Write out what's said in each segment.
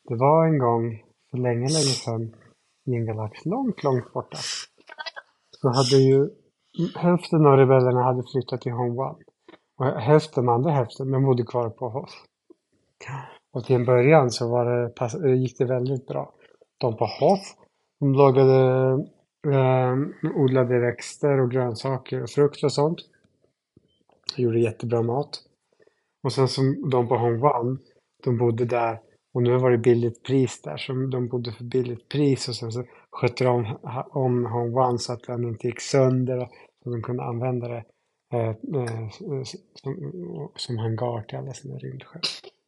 Det var en gång för länge, länge sedan i en galax långt, långt borta. Så hade ju hälften av rebellerna hade flyttat till Hong-Wan. Och hälften, andra hälften, de bodde kvar på Hoth. Och till en början så gick det väldigt bra. De på Hoth, de lagade, odlade växter och grönsaker och frukt och sånt. De gjorde jättebra mat. Och sen som de på Hong-Wan, de bodde där och nu var det billigt pris där, så de bodde för billigt pris och sen så skötte de om Hong-Wan så att den inte gick sönder och så de kunde använda det som hangar till alla sina rymdskepp.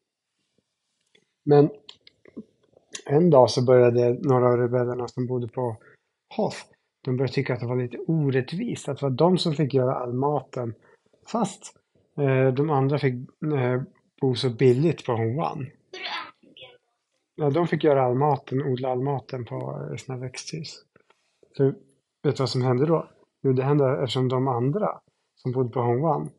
Men en dag så började några av rebellerna som bodde på Hoth, de började tycka att det var lite orättvist, att det var de som fick göra all maten fast de andra fick bo så billigt på Hong-Wan. Ja, de fick göra all maten, odla all maten på sina växthus. Så vet du vad som hände då? Jo, det hände eftersom de andra som bodde på Hong-Wan,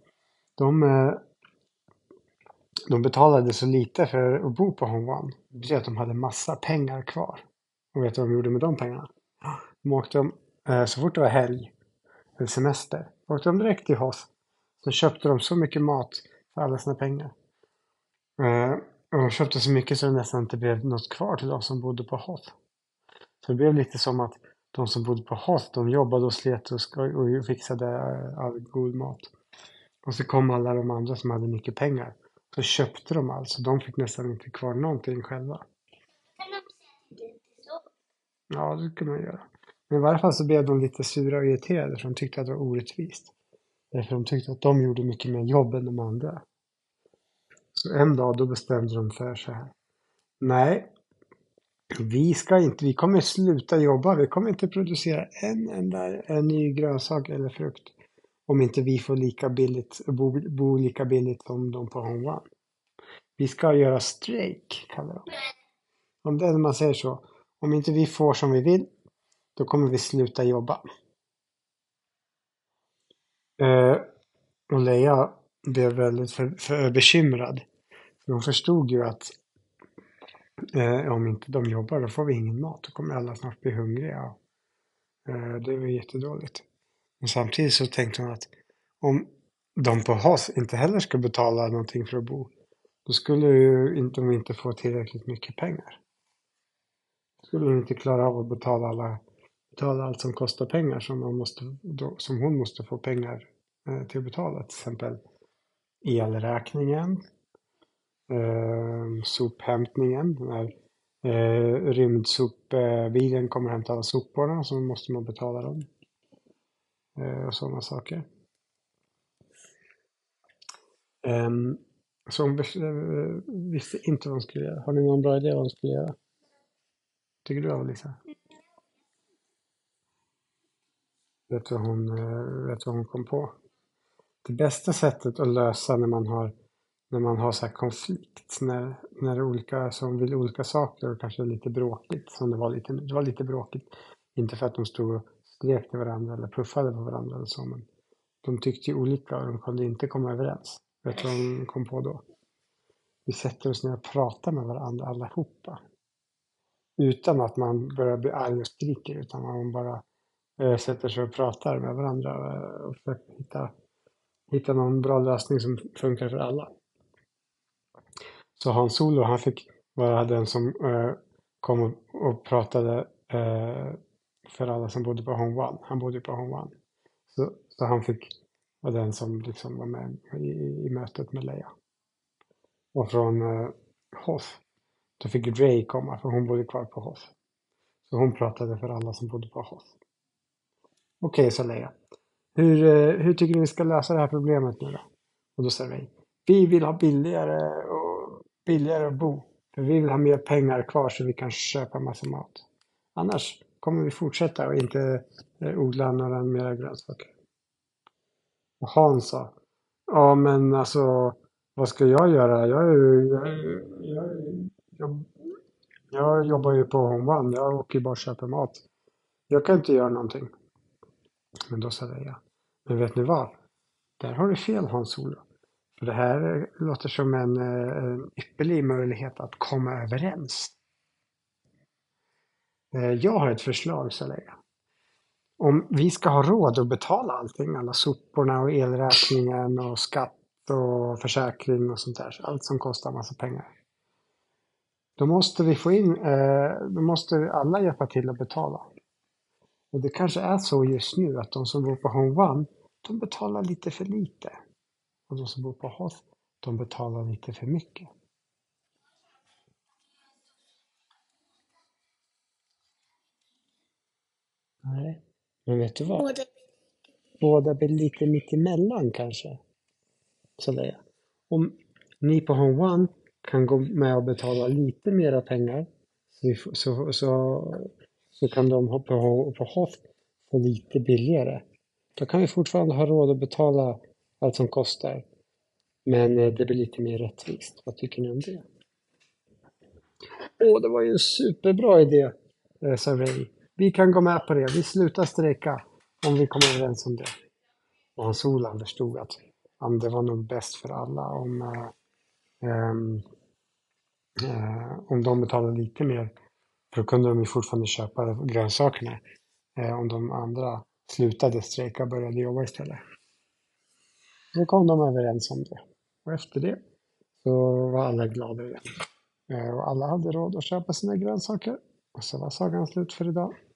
de betalade så lite för att bo på Hong-Wan. Det betyder att de hade massa pengar kvar. Och vet du vad de gjorde med de pengarna? De åkte så fort det var helg eller semester, åkte de direkt till Hoth. Så köpte de så mycket mat för alla sina pengar. Och de köpte så mycket så det nästan inte blev något kvar till de som bodde på Hoth. Så det blev lite som att de som bodde på Hoth, de jobbade och slet och fixade all god mat. Och så kom alla de andra som hade mycket pengar. Så köpte de alltså. De fick nästan inte kvar någonting själva. Ja, det kan man göra. Men i varje fall så blev de lite sura och irriterade för de tyckte att det var orättvist. Därför de tyckte att de gjorde mycket mer jobb än de andra. Så en dag då bestämde de för så här. Nej, vi kommer sluta jobba. Vi kommer inte producera en ny grönsak eller frukt. Om inte vi får lika billigt, bo lika billigt som de på Hong-Wan. Vi ska göra strejk, kallar de. Om det är man säger så. Om inte vi får som vi vill, då kommer vi sluta jobba. Och Leia blev väldigt för bekymrad. För hon förstod ju att om inte de jobbar då får vi ingen mat. Då kommer alla snart bli hungriga. Det var jättedåligt. Men samtidigt så tänkte hon att om de på Hoth inte heller ska betala någonting för att bo, då skulle ju de inte få tillräckligt mycket pengar. Då skulle de inte klara av att betala allt som kostar pengar som hon måste få pengar till att betala. Till exempel elräkningen, sophämtningen, när rymdsopbilen kommer och hämtar alla soporna så måste man betala dem. Och sådana saker. Så hon visste inte vad hon skulle göra. Har ni någon bra idé vad hon skulle göra? Tycker du, Lisa? Vet du vad hon kom på? Det bästa sättet att lösa när man har så här konflikt, när olika som vill olika saker och kanske lite bråkigt, som det var lite bråkigt. Inte för att de stod och skrek till varandra eller puffade på varandra eller så, men de tyckte ju olika och de kunde inte komma överens. Vet du vad de kom på då? Vi sätter oss ner och pratar med varandra allihopa. Utan att man börjar bli arg och skriker, utan man bara sätter sig och pratar med varandra och försöker hitta någon bra lösning som funkar för alla. Så Han Solo, han fick vara den som kom och pratade för alla som bodde på Hong-Wan. Han bodde på Hong-Wan. Så han fick vara den som liksom var med i mötet med Leia. Och från Hoth, då fick Rey komma, för hon bodde kvar på Hoth. Så hon pratade för alla som bodde på Hoth. Okej, sa Leia. Hur tycker du vi ska lösa det här problemet nu då? Och då sa Rey, vi vill ha billigare att bo. För vi vill ha mer pengar kvar så vi kan köpa massa mat. Annars kommer vi fortsätta och inte odla några mer grönsaker. Och Han sa, ja men alltså, vad ska jag göra? Jag jobbar ju på Hong-Wan. Jag åker ju bara och köper mat. Jag kan inte göra någonting. Men då sa jag, men vet ni vad? Där har du fel, Hans Solo. För det här låter som en ypperlig möjlighet att komma överens. Jag har ett förslag, så länge. Om vi ska ha råd att betala allting, alla soporna och elräkningen och skatt och försäkring och sånt där, allt som kostar massa pengar. Då måste vi få in, då måste alla hjälpa till att betala. Och det kanske är så just nu att de som bor på Home One, de betalar lite för lite. Och de som bor på Hoth, de betalar lite för mycket. Nej, men vet du vad? Båda blir lite mitt emellan kanske. Så det är. Om ni på Home One kan gå med och betala lite mera pengar, så kan de på Hoth få lite billigare. Då kan vi fortfarande ha råd att betala allt som kostar. Men det blir lite mer rättvist. Vad tycker ni om det? Det var ju en superbra idé, sa Ray. Vi kan gå med på det. Vi slutar strejka om vi kommer överens om det. Och Hans Ola förstod att det var nog bäst för alla om de betalade lite mer. För då kunde de ju fortfarande köpa grönsakerna. Om de andra slutade strejka och började jobba istället. Så kom de överens om det. Och efter det så var alla glada igen. Och alla hade råd att köpa sina grönsaker. Och så var sagan slut för idag.